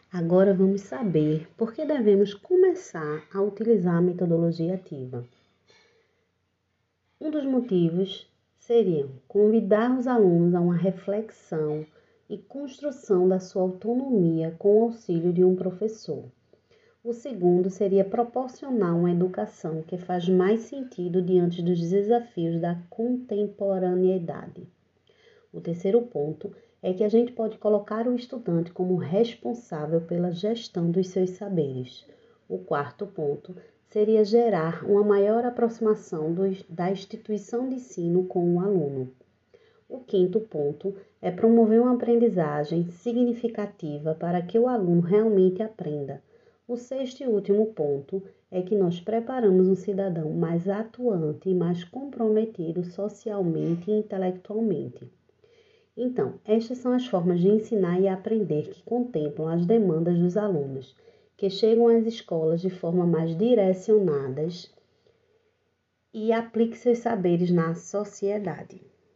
Agora vamos saber por que devemos começar a utilizar a metodologia ativa. Um dos motivos seria convidar os alunos a uma reflexão e construção da sua autonomia com o auxílio de um professor. O segundo seria proporcionar uma educação que faz mais sentido diante dos desafios da contemporaneidade. O terceiro ponto é que a gente pode colocar o estudante como responsável pela gestão dos seus saberes. O quarto ponto seria gerar uma maior aproximação da instituição de ensino com o aluno. O quinto ponto é promover uma aprendizagem significativa para que o aluno realmente aprenda. O sexto e último ponto é que nós preparamos um cidadão mais atuante e mais comprometido socialmente e intelectualmente. Então, estas são as formas de ensinar e aprender que contemplam as demandas dos alunos, que chegam às escolas de forma mais direcionadas e apliquem seus saberes na sociedade.